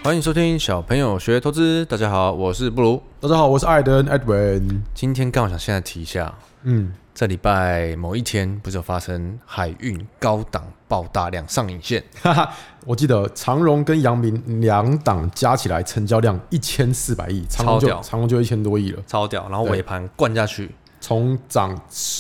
欢迎收听小朋友学投资。大家好，我是布鲁。 大家好，我是艾登 Edwin。 今天刚好想现在提一下，这礼拜某一天不是有发生海运高档爆大量上影线？ 我记得长荣跟阳明两档加起来成交量1400亿，长荣就1000多亿了， 超屌。然后尾盘灌下去， 从涨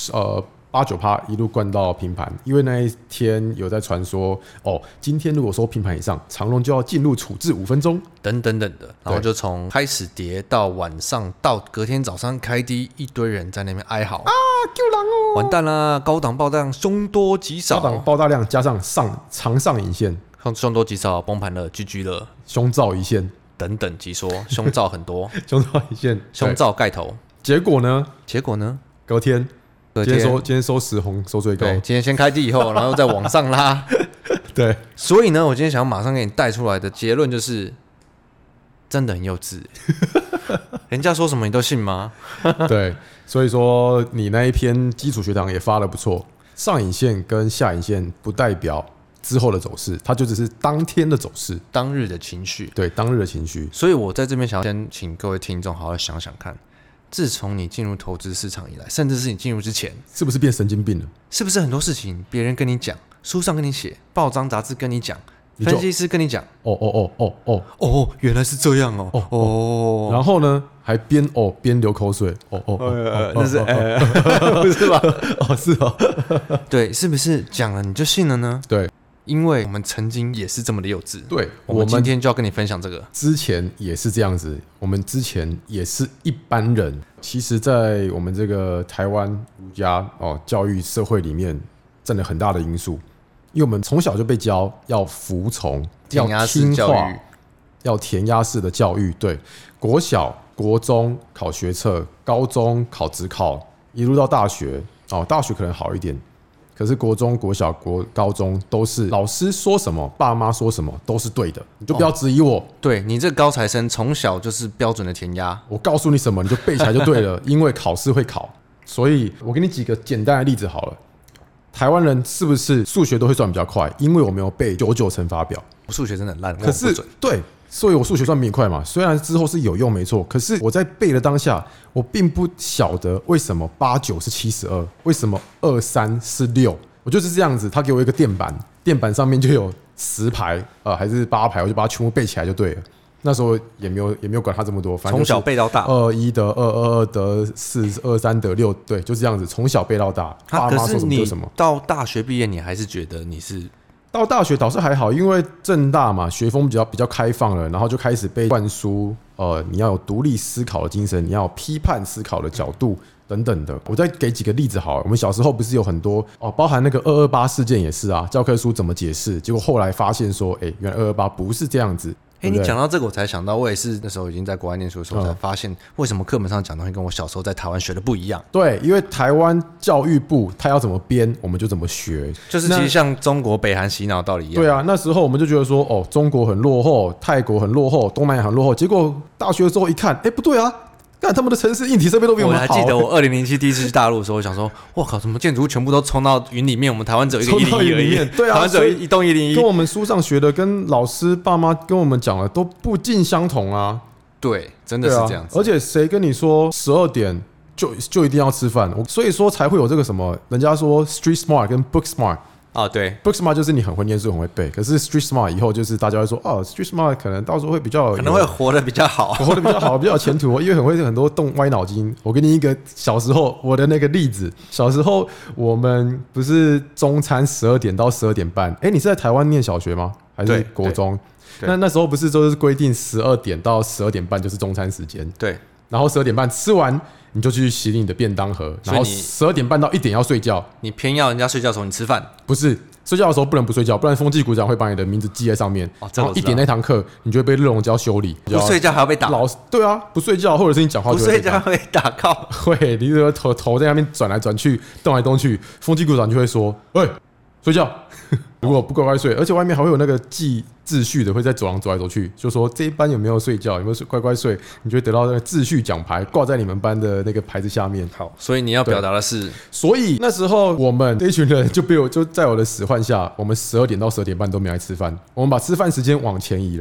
8-9%一路灌到平盘，因为那一天有在传说今天如果说平盘以上，长荣就要进入处置5分钟等等的，然后就从开始跌到晚上到隔天早上开低，一堆人在那边哀嚎救人哦， 完蛋啦！高档爆大量，凶多吉少， 高档爆大量加上长上影线， 凶多吉少，崩盘了，GG 了， 胸罩一线等等级说，胸罩很多， 胸罩一线， 胸罩盖头。 结果呢？ 隔天今天收10红，收最高。 对，今天先开低以后，然后再往上拉。 对， 所以呢，我今天想要马上给你带出来的结论就是，真的很幼稚。人家说什么你都信吗？ 对，所以说你那一篇基础学堂也发得不错。上影线跟下影线不代表之后的走势，它就只是当天的走势， 当日的情绪。 对，当日的情绪。 所以我在这边想要先请各位听众好好想想看。自从你进入投资市场以来，甚至是你进入之前， 是不是变神经病了？ 是不是很多事情别人跟你讲，书上跟你写，报章杂志跟你讲，分析师跟你讲，原来是这样哦， 然后呢，还边流口水， 那是不是吧？ 是哦， 对，是不是讲了你就信了呢？ 对。 因为我们曾经也是这么的幼稚， 对， 我们今天就要跟你分享这个。 之前也是这样子，我们之前也是一般人。其实，在我们这个台湾儒家教育社会里面，占了很大的因素。因为我们从小就被教要服从，要听话，要填鸭式的教育。对，国小、国中考学测，高中考指考，一路到大学，大学可能好一点。可是国中、国小、高中都是老师说什么、爸妈说什么都是对的，你就不要质疑我。 对，你这个高材生从小就是标准的填鸭， 我告诉你什么你就背起来就对了，因为考试会考。所以我给你几个简单的例子好了。台湾人是不是数学都会算比较快？因为我没有背99乘法表， 我数学真的很烂， 可是对。所以我数学算比你快嘛，虽然之后是有用没错，可是我在背的当下，我并不晓得为什么89是72，为什么23是6，我就是这样子。他给我一个垫板，垫板上面就有10排还是8排，我就把它全部背起来就对了。那时候也没有管他这么多，反正从小背到大 ，21得222得4 23得6，对，就这样子，从小背到大。爸妈说什么就什么。 到大学毕业，你还是觉得你是？ 到大学倒是还好，因为政大嘛，学风比较开放了，然后就开始被灌输，你要有独立思考的精神，你要有批判思考的角度等等的。我再给几个例子好了。我们小时候不是有很多包含那个228事件也是啊，教科书怎么解释？结果后来发现说，原来228不是这样子。 你讲到这个，我才想到，我也是那时候已经在国外念书的时候，才发现为什么课本上讲的东西跟我小时候在台湾学的不一样。 对，因为台湾教育部他要怎么编，我们就怎么学， 就是其实像中国北韩洗脑道理一样。 对啊，那时候我们就觉得说，中国很落后，泰国很落后，东南亚很落后。结果大学之后一看，不对啊。干他们的城市硬体设备都比我们好。 我还记得我2007第一次去大陆的时候，我想说，哇靠，怎么建筑物全部都冲到云里面？我们台湾只有一个101而已。 对啊， 台湾只有一栋101， 跟我们书上学的、跟老师、爸妈跟我们讲的都不尽相同啊。 对，真的是这样子。 而且谁跟你说12点就一定要吃饭？所以说才会有这个什么，人家说 street smart 跟 book smart。 对 ，book smart 就是你很会念书、很会背，可是 street smart 以后就是大家会说，street smart 可能到时候会可能会活得比较好， 比较有前途，因为很多动歪脑筋。我给你一个小时候我的那个例子，小时候我们不是中餐12点到12点半？你是在台湾念小学吗？还是国中？那时候不是都是规定12点到12点半就是中餐时间？ 对， 然后12点半吃完。你就去洗你的便当盒，然后12点半到1点要睡觉。 你偏要人家睡觉的时候你吃饭？ 不是，睡觉的时候不能不睡觉，不然风纪股长会把你的名字记在上面。然后1点那堂课，你就会被热熔胶修理。 不睡觉还要被打？ 对啊，不睡觉或者是你讲话就会被打。 不睡觉会被打靠？ 会，你的头在那边转来转去，动来动去，风纪股长就会说：“喂，睡觉。”如果不乖乖睡，而且外面还会有那个记秩序的，会在走廊走来走去，就说这一班有没有睡觉，有没有乖乖睡，你就会得到那个秩序奖牌，挂在你们班的那个牌子下面。 好，所以你要表达的是， 所以那时候我们这一群人就在我的使唤下，我们12点到12点半都没来吃饭，我们把吃饭时间往前移了。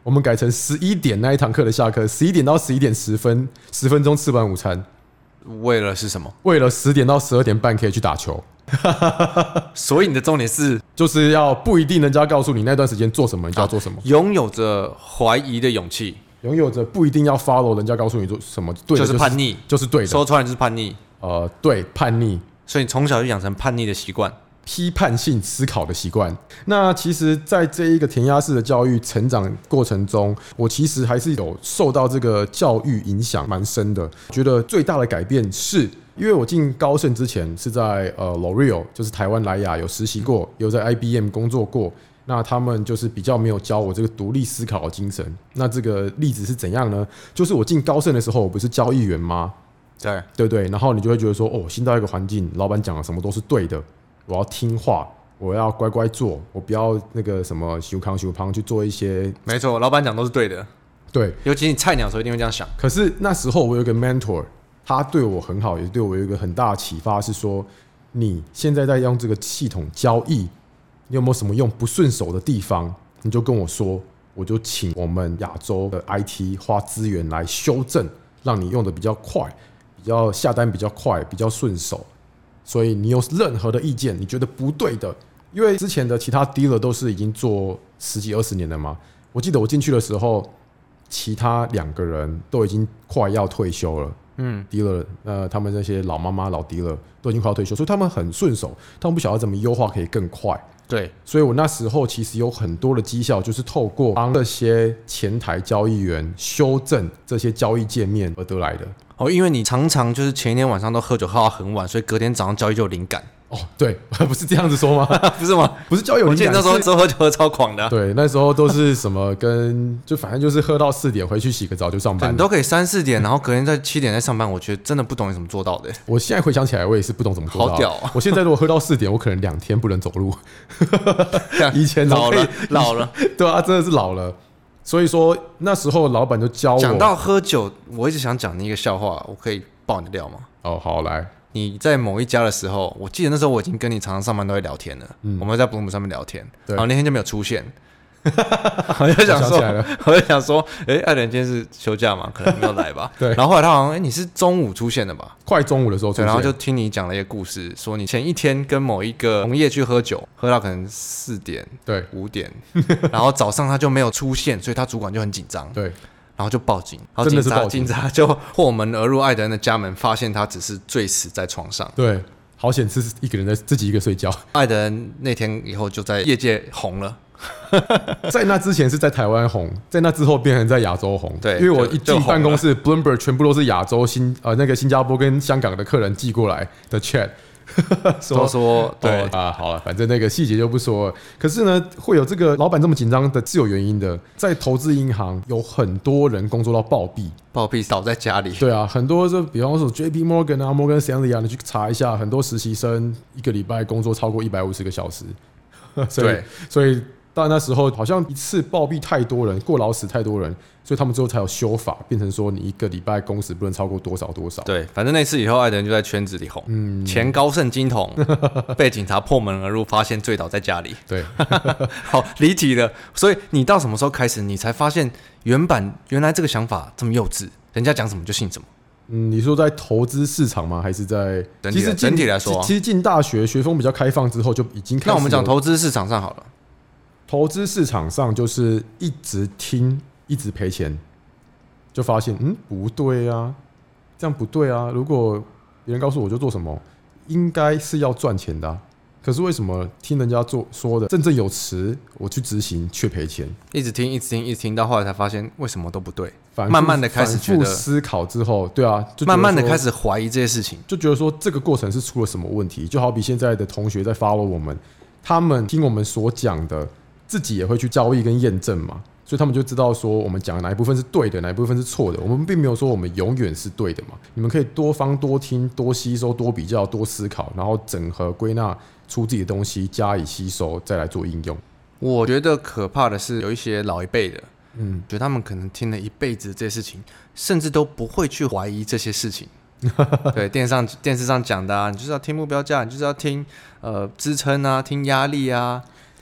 我们改成11点那一堂课的下课，11点到11点10分，10分钟吃完午餐。 为了是什么？ 为了10点到12点半可以去打球。 所以你的重点是， 就是要不一定人家告诉你那段时间做什么，你就要做什么。 拥有着怀疑的勇气， 拥有着不一定要 follow 人家告诉你做什么，对的就是叛逆， 就是对的。 说出来就是叛逆。 对，叛逆。 所以你从小就养成叛逆的习惯。 批判性思考的习惯。那其实，在这一个填鸭式的教育成长过程中，我其实还是有受到这个教育影响蛮深的。觉得最大的改变是，因为我进高盛之前是在L'Oreal， 就是台湾莱雅有实习过，有在 IBM 工作过。那他们就是比较没有教我这个独立思考的精神。那这个例子是怎样呢？就是我进高盛的时候，我不是交易员吗？对不对？然后你就会觉得说，新到一个环境，老板讲的什么都是对的。我要听话，我要乖乖做，我不要那个什么修康修胖去做一些。 没错，老板讲都是对的。 对， 尤其你菜鸟的时候一定会这样想。 可是那时候我有一个 mentor， 他对我很好，也对我有一个很大的启发，是说你现在在用这个系统交易，你有没有什么用不顺手的地方？你就跟我说，我就请我们亚洲的 IT 花资源来修正，让你用的比较快，比较下单比较快，比较顺手。所以你有任何的意见，你觉得不对的，因为之前的其他 dealer 都是已经做10几20年了嘛。我记得我进去的时候，其他2个人都已经快要退休了。dealer， 他们那些老妈妈、老 dealer 都已经快要退休，所以他们很顺手，他们不晓得怎么优化可以更快。 对， 所以我那时候其实有很多的绩效，就是透过帮这些前台交易员修正这些交易界面而得来的。 因为你常常就是前一天晚上都喝酒喝到很晚，所以隔天早上交易就有灵感。 对，不是这样子说吗？ 不是吗？ 不是交易有灵感。 我记得那时候喝酒喝超狂的。 对，那时候都是什么就反正就是喝到4点回去洗个澡就上班。 你都可以3、4点，然后隔天在7点再上班，我觉得真的不懂你怎么做到的。 我现在回想起来，我也是不懂怎么做到。 好屌啊！ 我现在如果喝到4点，我可能2天不能走路。以前老了， 对啊，真的是老了。所以说那时候老板就教我。讲到喝酒，我一直想讲你一个笑话，我可以爆你的料吗？ 好来。你在某一家的时候，我记得那时候我已经跟你常常上班都会聊天了，我们在 Bloom 上面聊天，然后那天就没有出现。我就想说，艾伦今天是休假嘛，可能没有来吧。 对。 然后后来他好像，你是中午出现的吧？ 快中午的时候出现。 然后就听你讲了一个故事，说你前一天跟某一个同业去喝酒，喝到可能4点、5点，然后早上他就没有出现，所以他主管就很紧张。 对。 然后就报警，然后警察就破门而入艾德恩的家门，发现他只是醉死在床上。 对，好险是一个人在自己一个睡觉。 艾德恩那天以后就在业界红了。 在那之前是在台湾红，在那之后变成在亚洲红。 对， 因为我一进办公室 ，Bloomberg 全部都是亚洲那个新加坡跟香港的客人寄过来的 chat。 说对好了，反正那个细节就不说了。可是呢，会有这个老板这么紧张的是有原因的。在投资银行有很多人工作到暴毙倒在家里。 对啊，很多比方说 JP Morgan 啊、Morgan Stanley 啊，你去查一下，很多实习生1个礼拜工作超过150个小时。所以到那时候好像一次暴毙太多人，过劳死太多人，所以他们之后才有修法，变成说你1个礼拜工时不能超过多少。 对，反正那次以后，艾德恩就在圈子里红。前高盛金童被警察破门而入，发现醉倒在家里。 对， 好离题了。所以你到什么时候开始，你才发现原来这个想法这么幼稚，人家讲什么就信什么？ 你说在投资市场吗？还是在整体来说？ 其实进大学学风比较开放之后，就已经开始。 那我们讲投资市场上好了。 投资市场上就是一直听，一直赔钱，就发现不对啊，这样不对啊。如果别人告诉我就做什么，应该是要赚钱的可是为什么听人家说的振振有词，我去执行却赔钱？ 一直听，到后来才发现为什么都不对。慢慢的开始觉得思考之后，对啊，就慢慢的开始怀疑这些事情， 就觉得说这个过程是出了什么问题。就好比现在的同学在 follow 我们，他们听我们所讲的。自己也会去交易跟验证嘛，所以他们就知道说我们讲的哪一部分是对的，哪一部分是错的。我们并没有说我们永远是对的嘛，你们可以多方多听、多吸收、多比较、多思考，然后整合归纳出自己的东西，加以吸收，再来做应用。 我觉得可怕的是有一些老一辈的，觉得他们可能听了一辈子这些事情，甚至都不会去怀疑这些事情。对，电视上讲的你就是要听目标价，你就是要听支撑啊，听压力啊。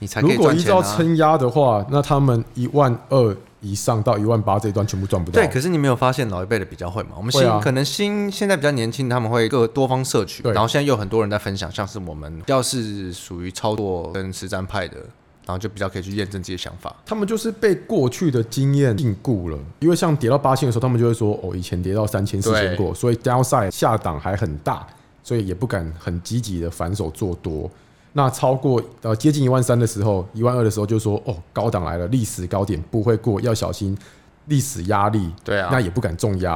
你才可以赚钱啊。 如果依照撑压的话，那他们12000以上到18000这一段全部赚不到。 对，可是你没有发现老一辈的比较会嘛？我们可能现在比较年轻，他们会各多方摄取，然后现在又有很多人在分享，像是我们要是属于操作跟实战派的，然后就比较可以去验证自己的想法。 他们就是被过去的经验禁锢了，因为像跌到8000的时候，他们就会说以前跌到3000、4000过，所以 downside 下档还很大，所以也不敢很积极的反手做多。那超过接近13000的时候，12000的时候就说高档来了，历史高点不会过，要小心历史压力。 对啊， 那也不敢重压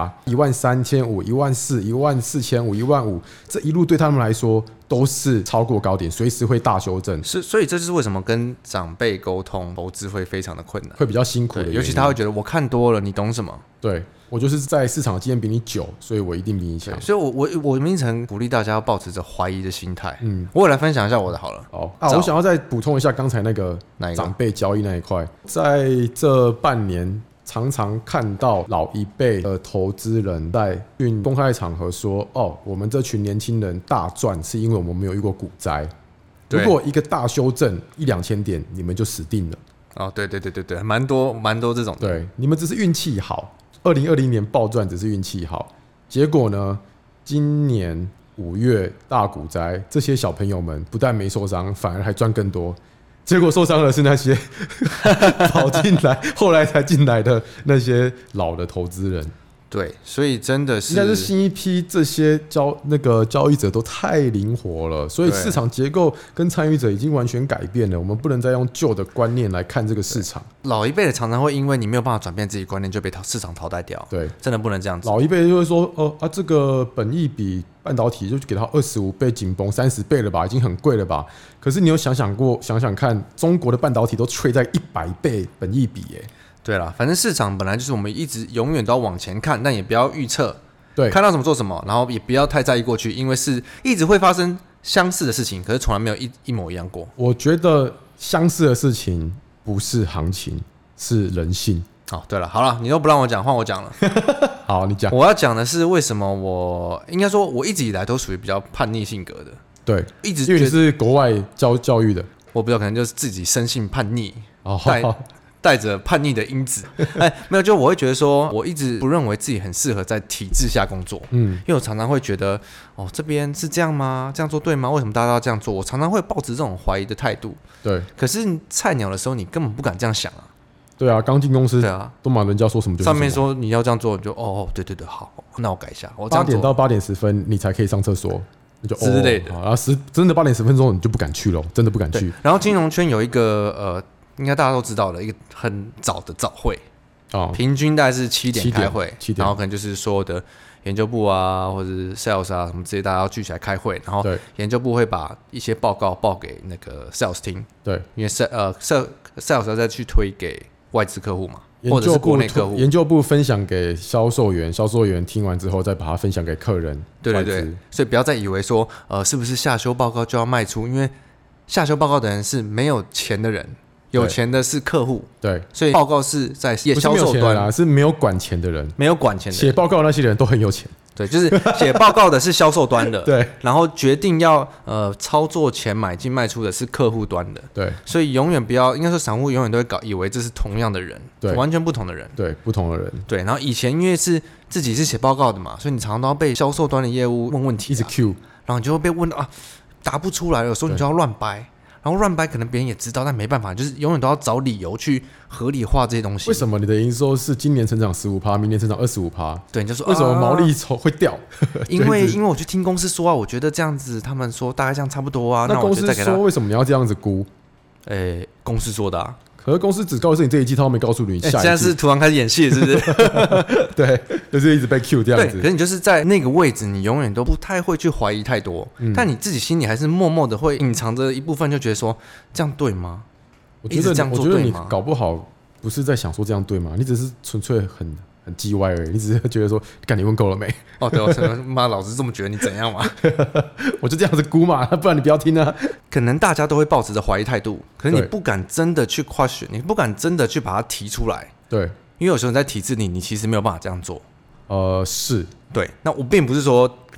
13500、14000、14500、15000，这一路对他们来说都是超过高点，随时会大修正。 所以这就是为什么跟长辈沟通投资会非常的困难， 会比较辛苦的原因。 尤其他会觉得我看多了，你懂什么？ 对。我就是在市场的经验比你久，所以我一定比你强。 所以我明诚鼓励大家要保持着怀疑的心态。我也来分享一下我的好了。 我想要再补充一下刚才那个长辈交易那一块，在这半年常常看到老一辈的投资人在公开场合说：“我们这群年轻人大赚，是因为我们没有遇过股灾。如果一个大修正1-2000点，你们就死定了。” 对，蛮多这种的。 对，你们只是运气好。2020年暴赚只是运气好，结果呢？今年5月大股灾，这些小朋友们不但没受伤，反而还赚更多。结果受伤的是那些跑进来后来才进来的那些老的投资人。 对，所以真的是应该是新一批这些交易者都太灵活了，所以市场结构跟参与者已经完全改变了。我们不能再用旧的观念来看这个市场。 老一辈的常常会因为你没有办法转变自己观念，就被市场淘汰掉。 对， 真的不能这样子。 老一辈就会说：“这个本益比半导体就给它25倍紧绷30倍了吧，已经很贵了吧？”可是你有想想看，中国的半导体都trade在100倍本益比耶。 对啦，反正市场本来就是我们一直永远都要往前看，但也不要预测， 对， 看到什么做什么，然后也不要太在意过去，因为是一直会发生相似的事情，可是从来没有一模一样过。 我觉得相似的事情不是行情，是人性。 对了，好了，你都不让我讲，换我讲了。 好，你讲。 我要讲的是为什么应该说我一直以来都属于比较叛逆性格的。 对， 一直因为你是国外教育的， 我比较可能就是自己生性叛逆。带着叛逆的因子，没有，就我会觉得说，我一直不认为自己很适合在体制下工作，因为我常常会觉得，这边是这样吗？这样做对吗？为什么大家都要这样做？我常常会抱持这种怀疑的态度。 对， 可是菜鸟的时候，你根本不敢这样想啊。 对啊，刚进公司，对啊，都嘛人家说什么就上面说你要这样做，你就对，好，那我改一下。我8 点到8点10分，你才可以上厕所。就之类的， 然后真的8点10分钟你就不敢去了，真的不敢去。 然后金融圈有一个应该大家都知道的一个很早的早会，平均大概是7点开会，然后可能就是所有的研究部啊，或者是 sales 啊什么这些，大家要聚起来开会，然后研究部会把一些报告报给那个 sales 听， 对， 因为sales 要再去推给外资客户嘛，或者是国内客户， 研究部分享给销售员，销售员听完之后再把它分享给客人， 对，所以不要再以为说是不是下修报告就要卖出，因为下修报告的人是没有钱的人。有钱的是客户， 对， 所以报告是在销售端， 是没有管钱的人， 没有管钱的人， 写报告的那些人都很有钱， 对，就是写报告的是销售端的， 对， 然后决定要操作前买进卖出的是客户端的， 对， 所以永远不要，应该说散户永远都会以为这是同样的人，对，完全不同的人， 对，不同的人， 对，然后以前因为是自己是写报告的嘛，所以你常常都要被销售端的业务问问题， 一直 Q， 然后你就会被问到答不出来了，有时候你就要乱掰。然后乱掰可能别人也知道，但没办法，就是永远都要找理由去合理化这些东西。 为什么你的营收是今年成长15%，明年成长25%？ 对，你就说为什么毛利会掉？ 因为我去听公司说啊，我觉得这样子，他们说大概这样差不多啊。 那公司说为什么你要这样子估？ 公司说的啊。 可是公司只告诉你这一季，他没告诉你下一季。 现在是突然开始演戏，是不是？ 对，就是一直被 Q 这样子。 可是你就是在那个位置，你永远都不太会去怀疑太多，但你自己心里还是默默的会隐藏着一部分，就觉得说这样对吗？ 我觉得你搞不好不是在想说这样对吗？你只是纯粹很叽歪而已，你只是觉得说，干你问够了没？ 对，我妈老子这么觉得，你怎样嘛？ 我就这样子估嘛，不然你不要听啊。 可能大家都会抱持着怀疑态度，可是你不敢真的去question，你不敢真的去把它提出来。 对， 因为有时候你在体制里，你其实没有办法这样做。 是对。那我并不是说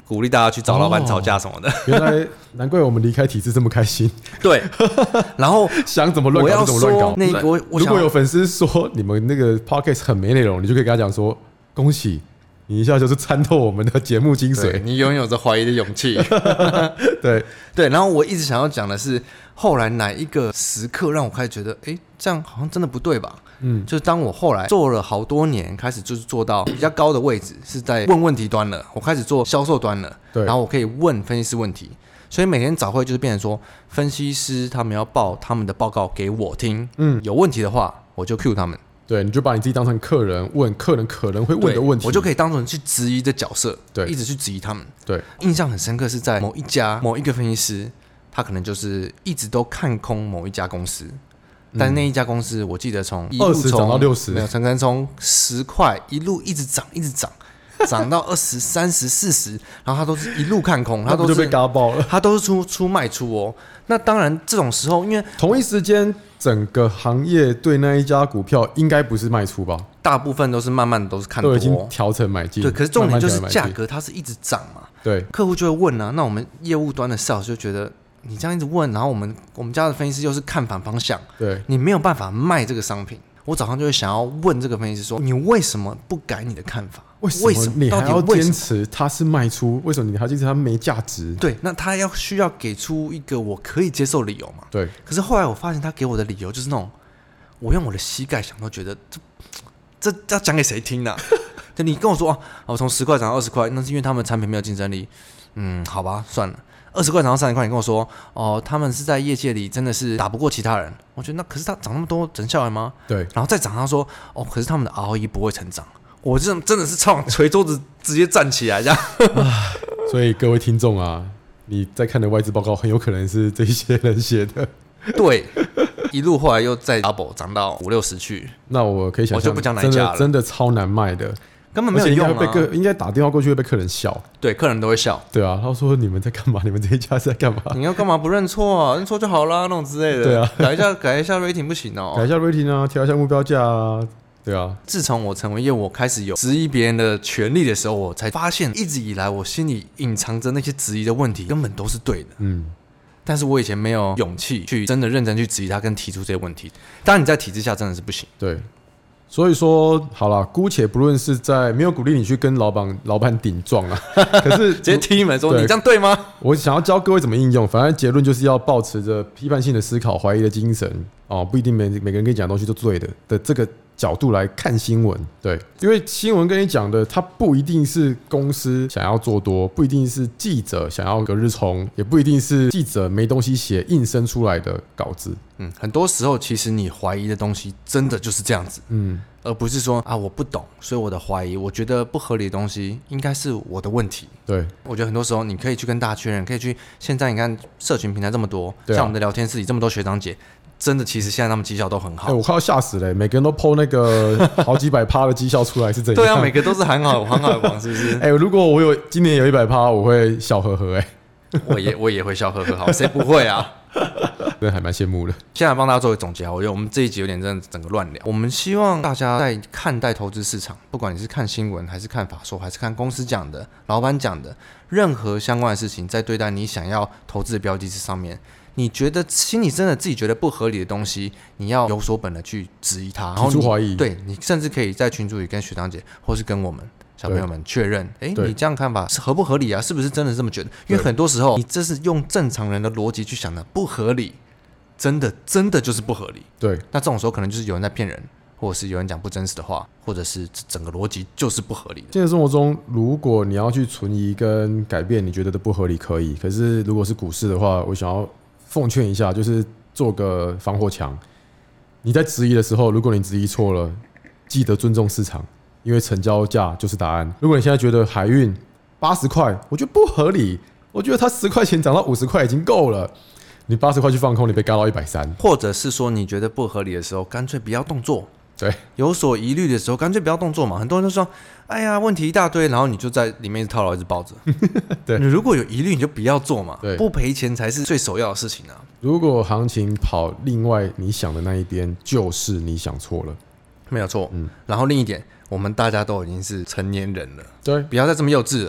鼓励大家去找老板吵架什么的。 原来难怪我们离开体制这么开心。 对，然后想怎么乱搞就怎么乱搞。 如果有粉丝说你们那个 podcast 很没内容，你就可以跟他讲说，恭喜你一下就是参透我们的节目精髓， 你拥有着怀疑的勇气。对，然后我一直想要讲的是，后来哪一个时刻让我开始觉得，这样好像真的不对吧？就是当我后来做了好多年，开始就是做到比较高的位置，是在问问题端了，我开始做销售端了，然后我可以问分析师问题，所以每天早会就是变成说，分析师他们要报他们的报告给我听，有问题的话我就 cue 他们。 对，你就把你自己当成客人，问客人可能会问的问题， 我就可以当成去质疑的角色， 对， 一直去质疑他们。 对， 印象很深刻是在某一个分析师，他可能就是一直都看空某一家公司，但是那一家公司我记得从 20涨到60， 没有，可能从10块一路一直涨，涨到20、30、40，然后他都是一路看空，他都是就被嘎爆了， 他都是出卖出哦。那当然，这种时候，因为同一时间，整个行业对那一家股票应该不是卖出吧？ 大部分都是慢慢都是看多， 都已经调成买进。 对，可是重点就是价格它是一直涨嘛。 对， 客户就会问啊，那我们业务端的 sales 就觉得你这样一直问，然后我们家的分析师又是看反方向， 对， 你没有办法卖这个商品。我早上就会想要问这个分析师说，你为什么不改你的看法？ 为什么你还要坚持它是卖出？为什么你还要坚持它没价值？ 对，那他需要给出一个我可以接受的理由嘛？ 对。 可是后来我发现他给我的理由就是那种，我用我的膝盖想都觉得这要讲给谁听呢？就你跟我说我从10块涨到20块，那是因为他们产品没有竞争力。好吧，算了。20块涨到30块，你跟我说他们是在业界里真的是打不过其他人。我觉得那可是他涨那么多，整下来吗？ 对。 然后再涨，他说可是他们的 ROE 不会成长。我真的是捶桌子直接站起来这样。 所以各位听众啊，你在看的外资报告很有可能是这些人写的。 对，一路后来又再 double 涨到50、60去。 那我可以想象， 我就不讲哪一家了， 真的超难卖的。 根本没有用啊！ 应该打电话过去会被客人笑， 对，客人都会笑。 对啊，他说你们在干嘛？你们这一家是在干嘛？ 你要干嘛不认错啊？认错就好啦，那种之类的。 对啊， 改一下 rating 不行哦， 改一下 rating 啊，调一下目标价啊，对啊。 自从我成为业务，我开始有质疑别人的权利的时候，我才发现一直以来我心里隐藏着那些质疑的问题，根本都是对的。但是我以前没有勇气去真的认真去质疑他，跟提出这些问题。当然你在体制下真的是不行。 对。所以说，好了，姑且不论是在没有鼓励你去跟老板顶撞啊，可是直接踢门说你这样对吗？ 我想要教各位怎么应用，反正结论就是要抱持着批判性的思考、怀疑的精神不一定每个人跟你讲的东西都对的这个角度来看新闻。对，因为新闻跟你讲的，它不一定是公司想要做多，不一定是记者想要隔日冲，也不一定是记者没东西写硬生出来的稿子。 很多时候其实你怀疑的东西真的就是这样子。而不是说我不懂，所以我的怀疑，我觉得不合理的东西应该是我的问题。 对， 我觉得很多时候你可以去跟大家确认，可以去现在你看社群平台这么多，像我们的聊天室里这么多学长姐，真的其实现在他们绩效都很好。 我快要吓死了，每个人都 po 那个好几百%的绩效出来是怎样？ 对啊，每个都是很好的榜，是不是？ 如果我今年有100%，我会笑呵呵。 我也会笑呵呵，好，谁不会啊？ 真的还蛮羡慕的。 现在帮大家做个总结，我觉得我们这一集有点真的整个乱聊。我们希望大家在看待投资市场，不管你是看新闻，还是看法说，还是看公司讲的、老板讲的，任何相关的事情，在对待你想要投资的标的上面，你觉得心里真的自己觉得不合理的东西，你要有所本的去质疑它， 提出怀疑。 对，你甚至可以在群组里跟学长姐，或是跟我们小朋友们确认，你这样看法是合不合理啊？是不是真的这么觉得？因为很多时候你这是用正常人的逻辑去想的，不合理，真的就是不合理。 对， 那这种时候可能就是有人在骗人，或者是有人讲不真实的话，或者是整个逻辑就是不合理的。 现实生活中，如果你要去存疑跟改变，你觉得的不合理可以，可是如果是股市的话，我想要奉劝一下，就是做个防火墙。你在质疑的时候，如果你质疑错了，记得尊重市场。因为成交价就是答案。如果你现在觉得海运80块，我觉得不合理，我觉得它10块钱涨到50块已经够了。你80块去放空，你被嘎到130， 或者是说你觉得不合理的时候，干脆不要动作。 对， 有所疑虑的时候，干脆不要动作嘛。很多人都说，哎呀，问题一大堆，然后你就在里面一直套牢，一直抱着。 对， 你如果有疑虑，你就不要做嘛。 对， 不赔钱才是最首要的事情啊。 如果行情跑另外你想的那一边，就是你想错了， 没有错。然后另一点，我们大家都已经是成年人了， 对， 不要再这么幼稚了。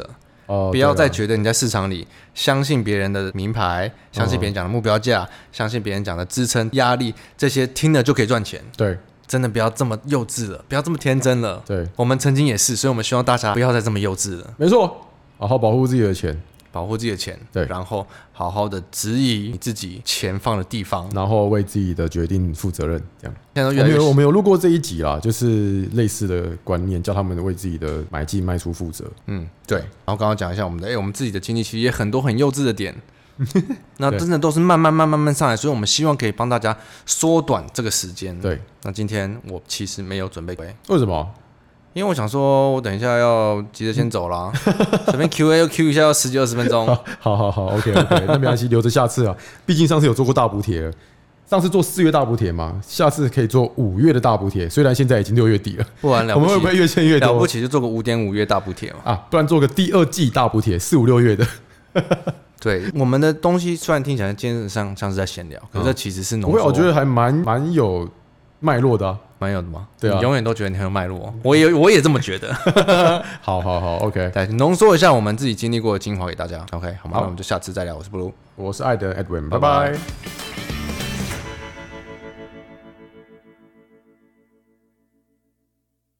不要再觉得你在市场里相信别人的名牌，相信别人讲的目标价，相信别人讲的支撑压力，这些听了就可以赚钱。 对， 真的不要这么幼稚了，不要这么天真了。 对， 我们曾经也是，所以我们希望大家不要再这么幼稚了。 没错，好好保护自己的钱， 保护自己的钱， 对， 然后好好的质疑你自己钱放的地方， 然后为自己的决定负责任。这样， 现在都越来越我们有录过这一集啦，就是类似的观念，叫他们为自己的买进卖出负责。 对。然后刚刚讲一下我们自己的经历，其实也很多很幼稚的点。那真的都是慢慢上来，所以我们希望可以帮大家缩短这个时间。 对， 那今天我其实没有准备， 为什么？ 因为我想说，我等一下要急着先走啦，随便 Q&A 又 Q 一下，要10几20分钟。 好 ，OK， 那没关系，留着下次啊。毕竟上次有做过大补帖了，上次做4月大补帖嘛，下次可以做5月的大补帖。虽然现在已经6月底了， 不然了不起， 我们会不会越欠越多？ 了不起就做个5.5月大补帖嘛。 不然做个第2季大补帖，4、5、6月的。 对，我们的东西虽然听起来基本上像是在闲聊，可是这其实是浓缩。 不会，我觉得还蛮有脉络的啊。 蛮有的吗？ 对啊， 你永远都觉得你很有脉络，我也这么觉得。 好 ，OK， 来浓缩一下我们自己经历过的精华给大家。OK， 好吗？那我们就下次再聊。我是 Blue， 我是爱的 Edwin， 拜拜。